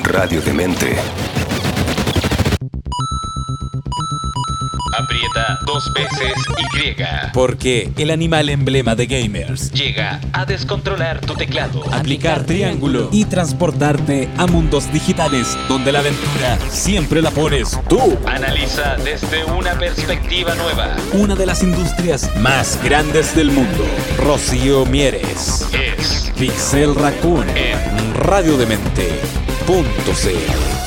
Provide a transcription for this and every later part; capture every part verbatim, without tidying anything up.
Radio Demente. Aprieta dos veces Y. Porque el animal emblema de gamers llega a descontrolar tu teclado, aplicar triángulo y transportarte a mundos digitales donde la aventura siempre la pones tú. Analiza desde una perspectiva nueva Una de las industrias más grandes del mundo. Rocío Mieres es Pixel Raccoon en radio demente punto c l.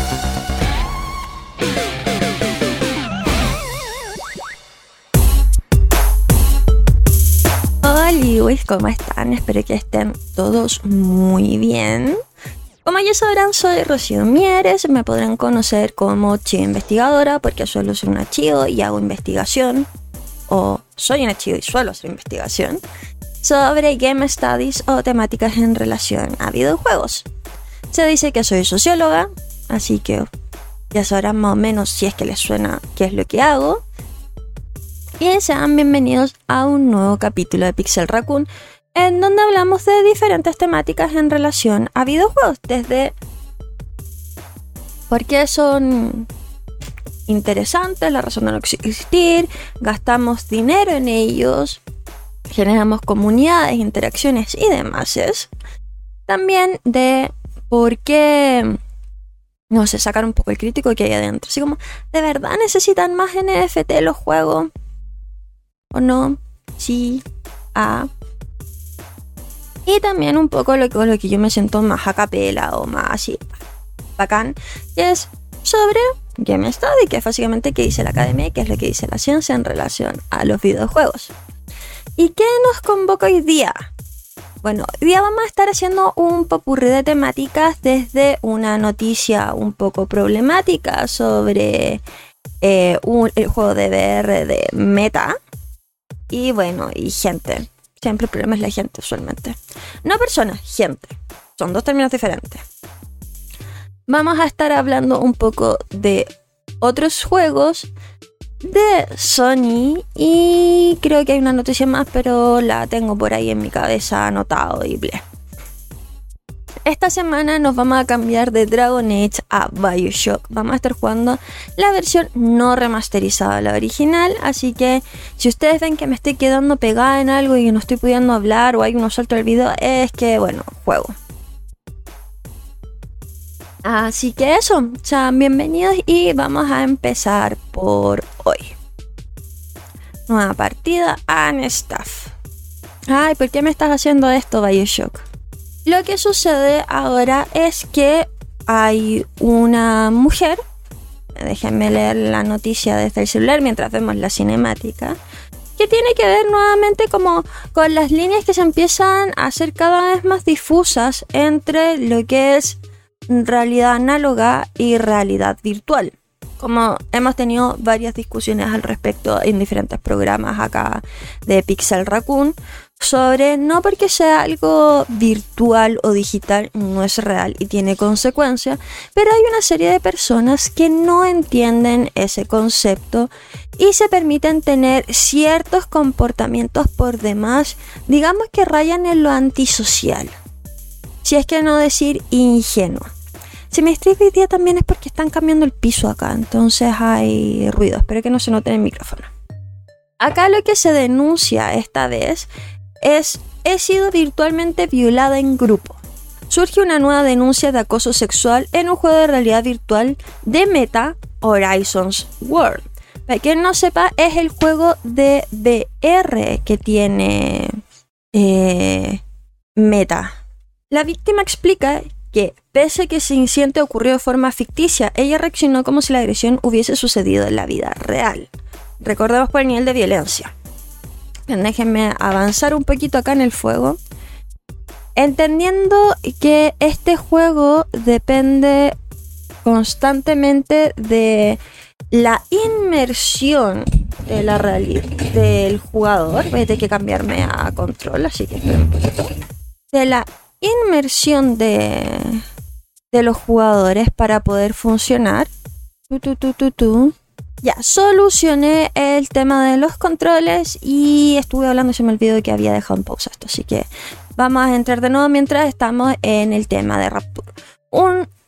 Hola, ¿cómo están? Espero que estén todos muy bien. Como ya sabrán, soy Rocío Mieres. Me podrán conocer como Chivo Investigadora porque suelo ser una chivo y hago investigación. O soy una chivo y suelo hacer investigación sobre Game Studies o temáticas en relación a videojuegos. Se dice que soy socióloga, así que ya sabrán más o menos, si es que les suena, qué es lo que hago. Y sean bienvenidos a un nuevo capítulo de Pixel Raccoon, en donde hablamos de diferentes temáticas en relación a videojuegos, desde por qué son interesantes, la razón de no existir, gastamos dinero en ellos, generamos comunidades, interacciones y demás. También de por qué, no sé, sacar un poco el crítico que hay adentro, así como, ¿de verdad necesitan más N F T los juegos? ¿O no? Sí. Ah. Y también un poco lo que, lo que yo me siento más a capela o más así bacán, que es sobre Game Study, que es básicamente qué dice la academia y qué es lo que dice la ciencia en relación a los videojuegos. ¿Y qué nos convoca hoy día? Bueno, hoy día vamos a estar haciendo un popurrí de temáticas, desde una noticia un poco problemática sobre eh, un, el juego de V R de Meta. Y bueno, y gente. Siempre el problema es la gente, usualmente. No personas, gente. Son dos términos diferentes. Vamos a estar hablando un poco de otros juegos de Sony. Y creo que hay una noticia más, pero la tengo por ahí en mi cabeza anotado y ble. Esta semana nos vamos a cambiar de Dragon Age a BioShock. Vamos a estar jugando la versión no remasterizada, la original. Así que si ustedes ven que me estoy quedando pegada en algo y que no estoy pudiendo hablar o hay unos saltos del video, es que, bueno, juego. Así que eso, sean bienvenidos y vamos a empezar por hoy. Nueva partida, and stuff. Ay, ¿por qué me estás haciendo esto, BioShock? Lo que sucede ahora es que hay una mujer, déjenme leer la noticia desde el celular mientras vemos la cinemática, que tiene que ver nuevamente como con las líneas que se empiezan a hacer cada vez más difusas entre lo que es realidad análoga y realidad virtual. Como hemos tenido varias discusiones al respecto en diferentes programas acá de Pixel Raccoon, sobre no porque sea algo virtual o digital no es real y tiene consecuencias, pero hay una serie de personas que no entienden ese concepto y se permiten tener ciertos comportamientos por demás, digamos que rayan en lo antisocial, si es que no decir ingenuo. Si me estoy hoy día también es porque están cambiando el piso acá, entonces hay ruido, espero que no se note en el micrófono. Acá lo que se denuncia esta vez es: he sido virtualmente violada en grupo. Surge una nueva denuncia de acoso sexual en un juego de realidad virtual de Meta, Horizons World. Para quien no sepa, es el juego de V R que tiene eh, Meta. La víctima explica que, pese a que ese incidente ocurrió de forma ficticia, ella reaccionó como si la agresión hubiese sucedido en la vida real. Recordemos por el nivel de violencia. Déjenme avanzar un poquito acá en el fuego. Entendiendo que este juego depende constantemente de la inmersión de la realidad del jugador. Voy a tener que cambiarme a control, así que esperen un poquito. De la inmersión de, de los jugadores para poder funcionar. Tu, tu, tu, tu, tu. Ya, solucioné el tema de los controles y estuve hablando y se me olvidó que había dejado en pausa esto, así que vamos a entrar de nuevo mientras estamos en el tema de Rapture. Un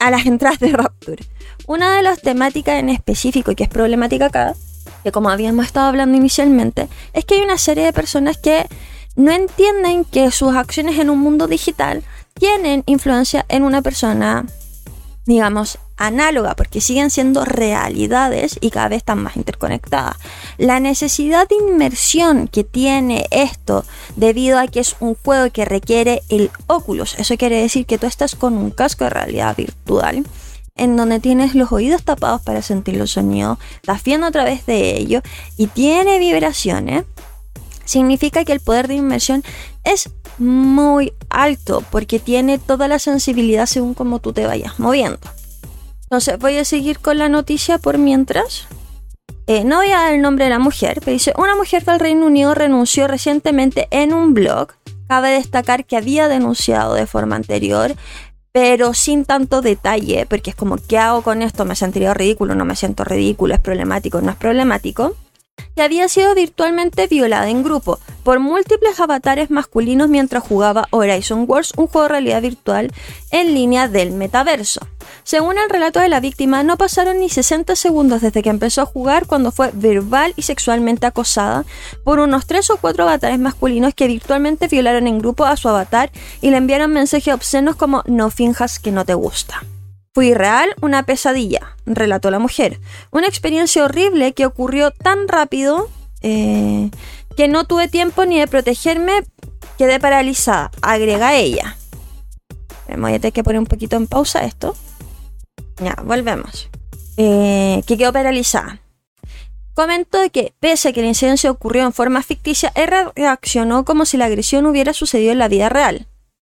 a las entradas de Rapture. Una de las temáticas en específico y que es problemática acá, que como habíamos estado hablando inicialmente, es que hay una serie de personas que no entienden que sus acciones en un mundo digital tienen influencia en una persona, digamos, análoga, porque siguen siendo realidades y cada vez están más interconectadas. La necesidad de inmersión que tiene esto, debido a que es un juego que requiere el Oculus, eso quiere decir que tú estás con un casco de realidad virtual, en donde tienes los oídos tapados para sentir los sonidos, estás viendo a través de ello y tiene vibraciones, significa que el poder de inmersión es muy alto, porque tiene toda la sensibilidad según cómo tú te vayas moviendo. Entonces voy a seguir con la noticia por mientras. Eh, no voy a dar el nombre de la mujer, pero dice: una mujer del Reino Unido renunció recientemente en un blog. Cabe destacar que había denunciado de forma anterior, pero sin tanto detalle, porque es como, ¿qué hago con esto? ¿Me sentiría ridículo? ¿No me siento ridículo? ¿Es problemático? ¿No es problemático? Que había sido virtualmente violada en grupo por múltiples avatares masculinos mientras jugaba Horizon Worlds, un juego de realidad virtual en línea del metaverso. Según el relato de la víctima, no pasaron ni sesenta segundos desde que empezó a jugar cuando fue verbal y sexualmente acosada por unos tres o cuatro avatares masculinos que virtualmente violaron en grupo a su avatar y le enviaron mensajes obscenos como "no finjas que no te gusta". Fue irreal, una pesadilla, relató la mujer. Una experiencia horrible que ocurrió tan rápido eh, que no tuve tiempo ni de protegerme, quedé paralizada, agrega ella. Voy a tener que poner un poquito en pausa esto. Ya, volvemos. Eh, que quedó paralizada. Comentó que, pese a que la incidencia ocurrió en forma ficticia, ella reaccionó como si la agresión hubiera sucedido en la vida real.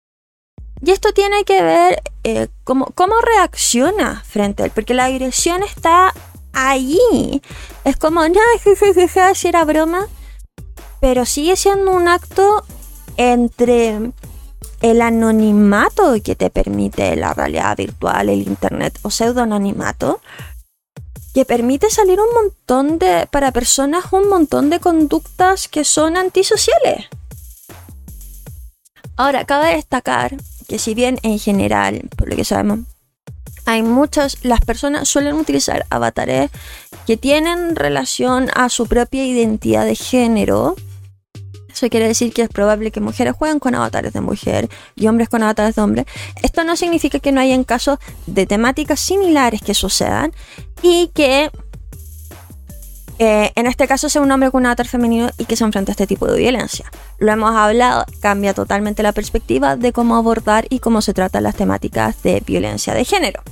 Y esto tiene que ver eh, cómo, cómo reacciona frente a él, porque la agresión está allí. Es como, no, jejeje, si era broma, pero sigue siendo un acto entre el anonimato que te permite la realidad virtual, el internet o pseudoanonimato, que permite salir un montón de, para personas, un montón de conductas que son antisociales. Ahora, cabe destacar que si bien en general, por lo que sabemos, hay muchas, las personas suelen utilizar avatares que tienen relación a su propia identidad de género. Eso quiere decir que es probable que mujeres jueguen con avatares de mujer y hombres con avatares de hombre. Esto no significa que no hayan casos de temáticas similares que sucedan y que Eh, en este caso sea un hombre con un avatar femenino y que se enfrenta a este tipo de violencia. Lo hemos hablado, cambia totalmente la perspectiva de cómo abordar y cómo se tratan las temáticas de violencia de género.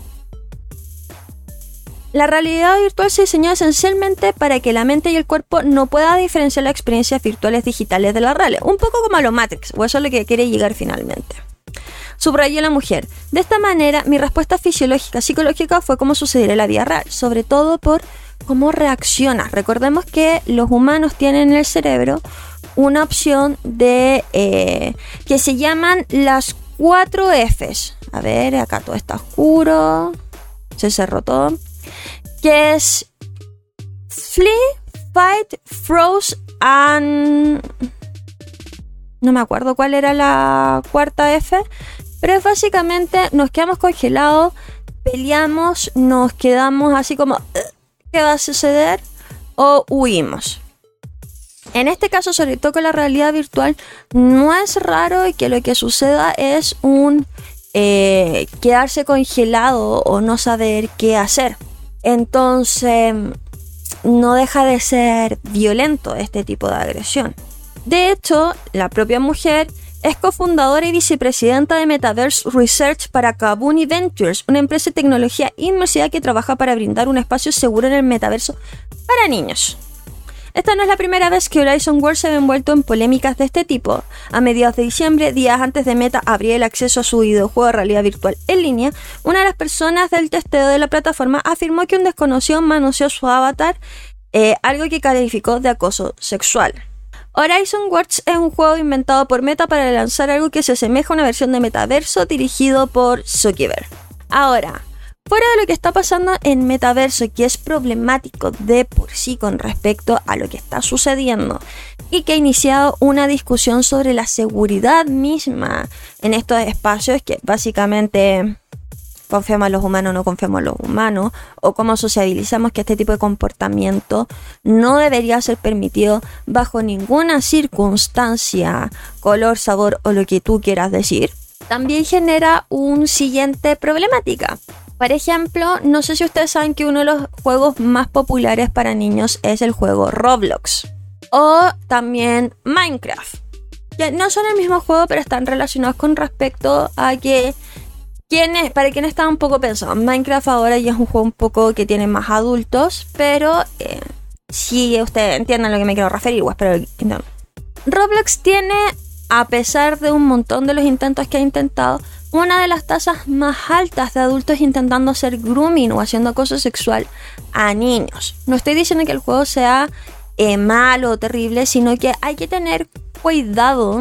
La realidad virtual se diseñó esencialmente para que la mente y el cuerpo no puedan diferenciar las experiencias virtuales digitales de la realidad, un poco como a lo Matrix, o eso es lo que quiere llegar finalmente. Subrayó la mujer: de esta manera, mi respuesta fisiológica, psicológica fue como sucediera en la vida real, sobre todo por cómo reacciona. Recordemos que los humanos tienen en el cerebro una opción de eh, que se llaman las cuatro Fs. A ver, acá todo está oscuro, se cerró todo. Que es Flee, Fight, Froze and... no me acuerdo cuál era la cuarta F, pero es básicamente nos quedamos congelados, peleamos, nos quedamos así como ¿qué va a suceder? O huimos. En este caso, sobre todo con la realidad virtual, no es raro que lo que suceda es un eh, quedarse congelado o no saber qué hacer. Entonces, no deja de ser violento este tipo de agresión. De hecho, la propia mujer es cofundadora y vicepresidenta de Metaverse Research para Kabuni Ventures, una empresa de tecnología inmersiva que trabaja para brindar un espacio seguro en el metaverso para niños. Esta no es la primera vez que Horizon Worlds se ve envuelto en polémicas de este tipo. A mediados de diciembre, días antes de Meta abrir el acceso a su videojuego de realidad virtual en línea, una de las personas del testeo de la plataforma afirmó que un desconocido manoseó su avatar, eh, algo que calificó de acoso sexual. Horizon Worlds es un juego inventado por Meta para lanzar algo que se asemeja a una versión de metaverso dirigido por Zuckerberg. Ahora, fuera de lo que está pasando en metaverso, que es problemático de por sí con respecto a lo que está sucediendo y que ha iniciado una discusión sobre la seguridad misma en estos espacios, que básicamente confiamos en los humanos o no confiamos en los humanos, o cómo sociabilizamos que este tipo de comportamiento no debería ser permitido bajo ninguna circunstancia, color, sabor o lo que tú quieras decir, también genera un siguiente problemática. Por ejemplo, no sé si ustedes saben que uno de los juegos más populares para niños es el juego Roblox o también Minecraft. Que no son el mismo juego, pero están relacionados con respecto a que quienes, para quienes están un poco pensados, Minecraft ahora ya es un juego un poco que tiene más adultos, pero eh, si ustedes entiendan a lo que me quiero referir, pues, pero no. Roblox tiene, a pesar de un montón de los intentos que ha intentado, una de las tasas más altas de adultos intentando hacer grooming o haciendo acoso sexual a niños. No estoy diciendo que el juego sea eh, malo o terrible, sino que hay que tener cuidado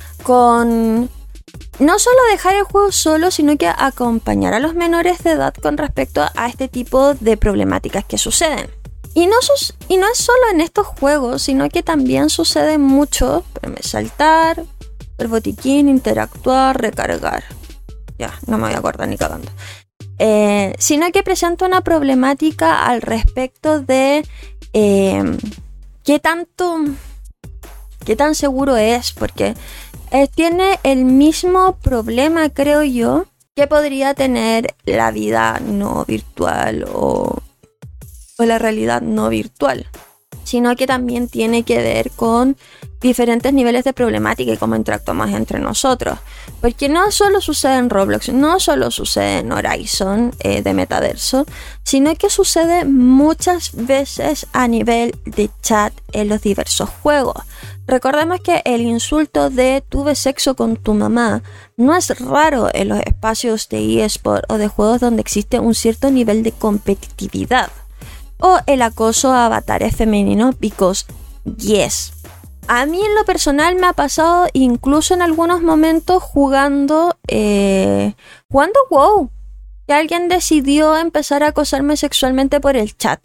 con no solo dejar el juego solo, sino que acompañar a los menores de edad con respecto a este tipo de problemáticas que suceden. Y no, sus, y no es solo en estos juegos, sino que también sucede mucho. Espérame, saltar, el botiquín, interactuar, recargar. Ya, no me voy a acordar ni cagando. Eh, sino que presenta una problemática al respecto de eh, qué tanto, qué tan seguro es, porque eh, tiene el mismo problema, creo yo, que podría tener la vida no virtual o, o la realidad no virtual, sino que también tiene que ver con diferentes niveles de problemática y cómo interactuamos entre nosotros. Porque no solo sucede en Roblox, no solo sucede en Horizon eh, de metaverso, sino que sucede muchas veces a nivel de chat en los diversos juegos. Recordemos que el insulto de tuve sexo con tu mamá no es raro en los espacios de eSport o de juegos donde existe un cierto nivel de competitividad. O el acoso a avatares femeninos, because yes. A mí en lo personal me ha pasado incluso en algunos momentos jugando, eh, jugando WoW, que alguien decidió empezar a acosarme sexualmente por el chat.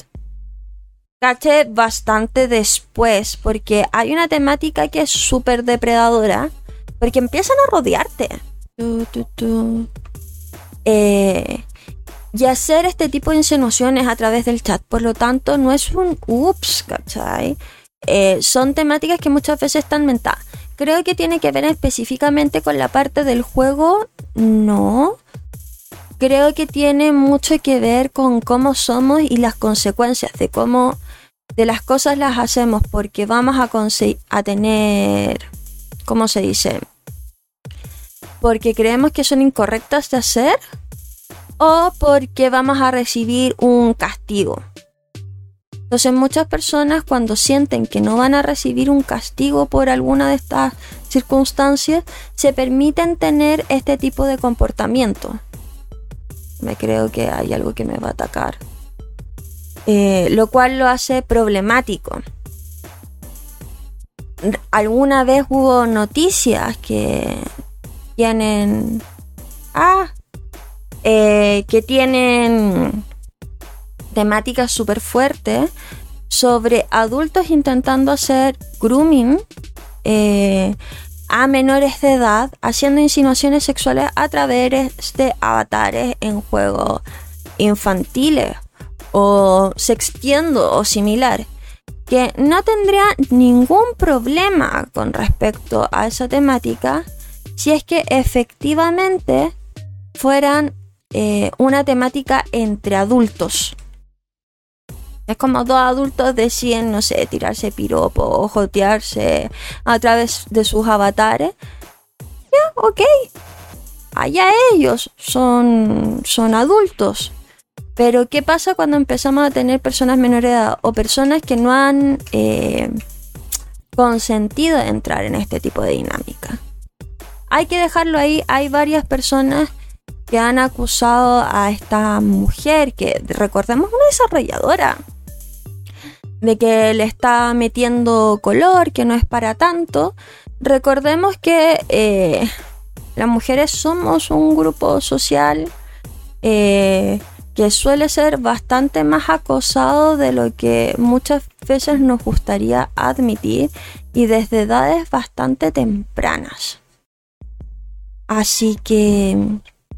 Caché bastante después, porque hay una temática que es súper depredadora, porque empiezan a rodearte. Tu, tu, tu. Eh, y hacer este tipo de insinuaciones a través del chat. Por lo tanto, no es un ups, ¿cachai? Eh, son temáticas que muchas veces están mentadas. Creo que tiene que ver específicamente con la parte del juego. No. Creo que tiene mucho que ver con cómo somos y las consecuencias de cómo de las cosas las hacemos porque vamos a, conse- a tener, ¿cómo se dice? Porque creemos que son incorrectas de hacer o porque vamos a recibir un castigo. Entonces muchas personas cuando sienten que no van a recibir un castigo por alguna de estas circunstancias, se permiten tener este tipo de comportamiento. Me creo que hay algo que me va a atacar. Eh, lo cual lo hace problemático. Alguna vez hubo noticias que tienen... Ah, eh, que tienen... temáticas súper fuertes sobre adultos intentando hacer grooming eh, a menores de edad, haciendo insinuaciones sexuales a través de avatares en juegos infantiles o sextiendo o similar, que no tendría ningún problema con respecto a esa temática si es que efectivamente fueran eh, una temática entre adultos. Es como dos adultos deciden, no sé, tirarse piropo o jotearse a través de sus avatares. Ya, ok. Allá ellos son, son adultos. Pero ¿qué pasa cuando empezamos a tener personas menores de edad o personas que no han eh, consentido de entrar en este tipo de dinámica? Hay que dejarlo ahí. Hay varias personas que han acusado a esta mujer, que recordemos una desarrolladora, de que le está metiendo color, que no es para tanto. Recordemos que eh, las mujeres somos un grupo social eh, que suele ser bastante más acosado de lo que muchas veces nos gustaría admitir y desde edades bastante tempranas. Así que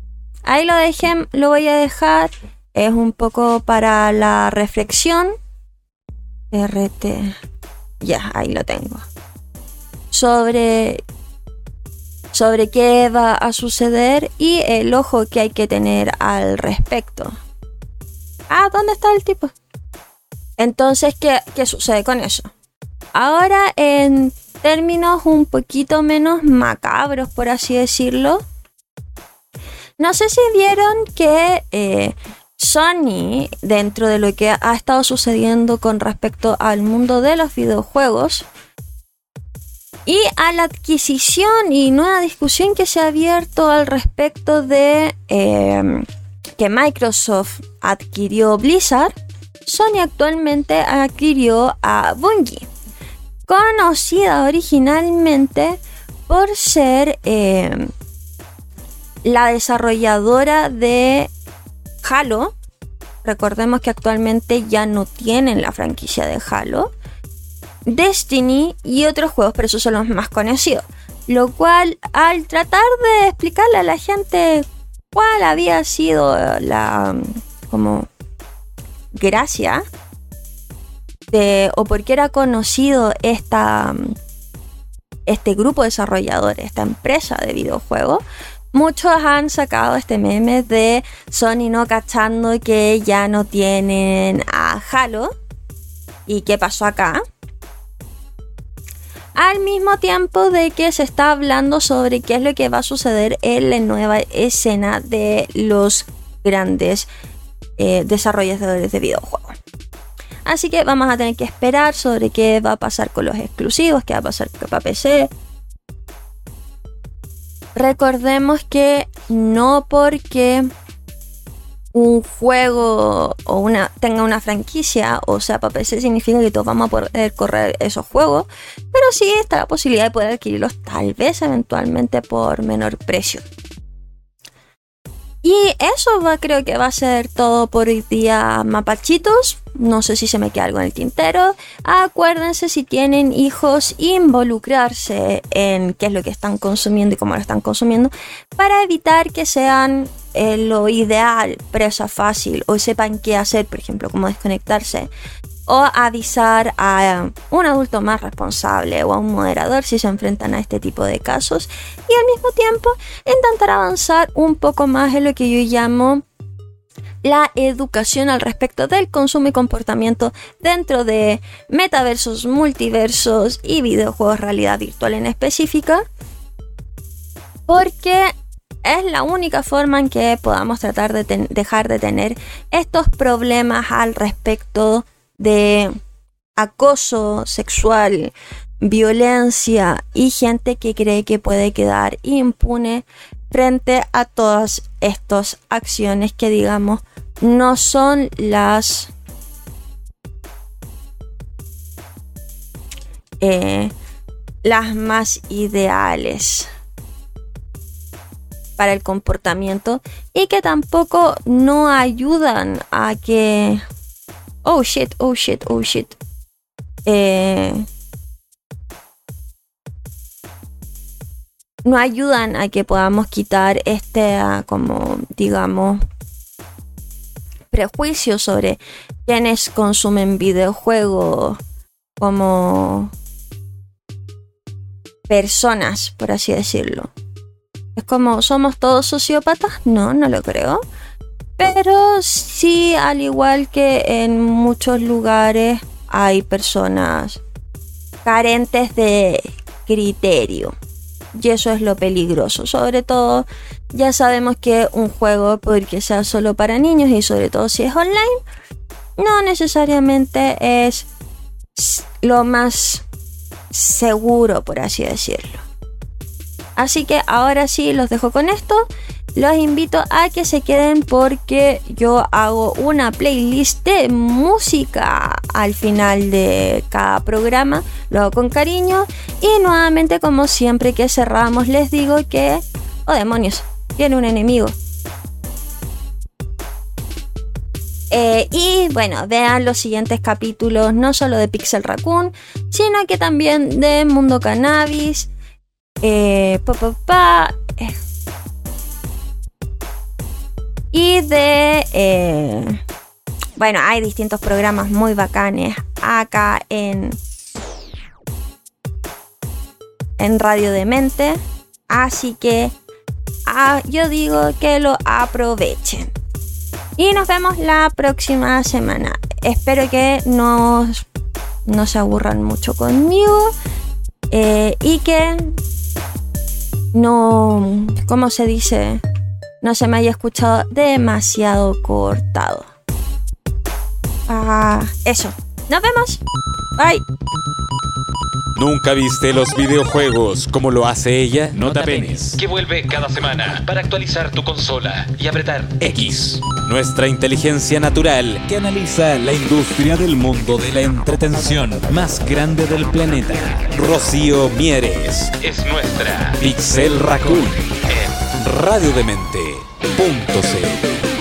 ahí lo dejé, lo voy a dejar. Es un poco para la reflexión. R T. Ya, ahí lo tengo. Sobre, sobre qué va a suceder y el ojo que hay que tener al respecto. Ah, ¿dónde está el tipo? Entonces, ¿qué, qué sucede con eso? Ahora, en términos un poquito menos macabros, por así decirlo. No sé si vieron que eh, Sony, dentro de lo que ha estado sucediendo con respecto al mundo de los videojuegos y a la adquisición y nueva discusión que se ha abierto al respecto de eh, que Microsoft adquirió Blizzard, Sony actualmente adquirió a Bungie, conocida originalmente por ser eh, la desarrolladora de Halo. Recordemos que actualmente ya no tienen la franquicia de Halo, Destiny y otros juegos, pero esos son los más conocidos. Lo cual, al tratar de explicarle a la gente cuál había sido la como gracia de, o por qué era conocido esta, este grupo desarrollador, esta empresa de videojuegos, muchos han sacado este meme de Sony no cachando que ya no tienen a Halo y qué pasó acá. Al mismo tiempo de que se está hablando sobre qué es lo que va a suceder en la nueva escena de los grandes eh, desarrolladores de videojuegos. Así que vamos a tener que esperar sobre qué va a pasar con los exclusivos, qué va a pasar para P C. Recordemos que no porque un juego o una tenga una franquicia o sea para P C significa que todos vamos a poder correr esos juegos, pero sí está la posibilidad de poder adquirirlos tal vez eventualmente por menor precio. Y eso va, creo que va a ser todo por hoy día, mapachitos. No sé si se me queda algo en el tintero. Acuérdense, si tienen hijos, involucrarse en qué es lo que están consumiendo y cómo lo están consumiendo, para evitar que sean eh, lo ideal, presa fácil, o sepan qué hacer, por ejemplo, cómo desconectarse, o avisar a un adulto más responsable o a un moderador si se enfrentan a este tipo de casos, y al mismo tiempo intentar avanzar un poco más en lo que yo llamo la educación al respecto del consumo y comportamiento dentro de metaversos, multiversos y videojuegos realidad virtual en específica, porque es la única forma en que podamos tratar de ten- dejar de tener estos problemas al respecto de acoso sexual, violencia y gente que cree que puede quedar impune frente a todas estas acciones que, digamos, no son las eh, las más ideales para el comportamiento, y que tampoco no ayudan a que oh shit, oh shit, oh shit eh, no ayudan a que podamos quitar este uh, como digamos prejuicio sobre quienes consumen videojuegos como personas, por así decirlo. Es como, ¿somos todos sociópatas? No, no lo creo. Pero sí, al igual que en muchos lugares, hay personas carentes de criterio. Y eso es lo peligroso. Sobre todo, ya sabemos que un juego, porque sea solo para niños y sobre todo si es online, no necesariamente es lo más seguro, por así decirlo. Así que ahora sí, los dejo con esto. Los invito a que se queden porque yo hago una playlist de música al final de cada programa. Lo hago con cariño. Y nuevamente, como siempre que cerramos, les digo que... ¡Oh, demonios! Tiene un enemigo. Eh, y bueno, vean los siguientes capítulos, no solo de Pixel Raccoon, sino que también de Mundo Cannabis. Eh, pa, pa, pa, eh. Y de... Eh, bueno, hay distintos programas muy bacanes acá en... En Radio Demente. Así que... Ah, yo digo que lo aprovechen. Y nos vemos la próxima semana. Espero que no, no se aburran mucho conmigo. Eh, y que no, ¿cómo se dice? No se me haya escuchado demasiado cortado. Ah, eso. Nos vemos. Bye. ¿Nunca viste los videojuegos como lo hace ella? No te apenes. Que vuelve cada semana para actualizar tu consola y apretar X. Nuestra inteligencia natural que analiza la industria del mundo de la entretención más grande del planeta. Rocío Mieres. Es nuestra Pixel Raccoon. en Radio Demente punto c l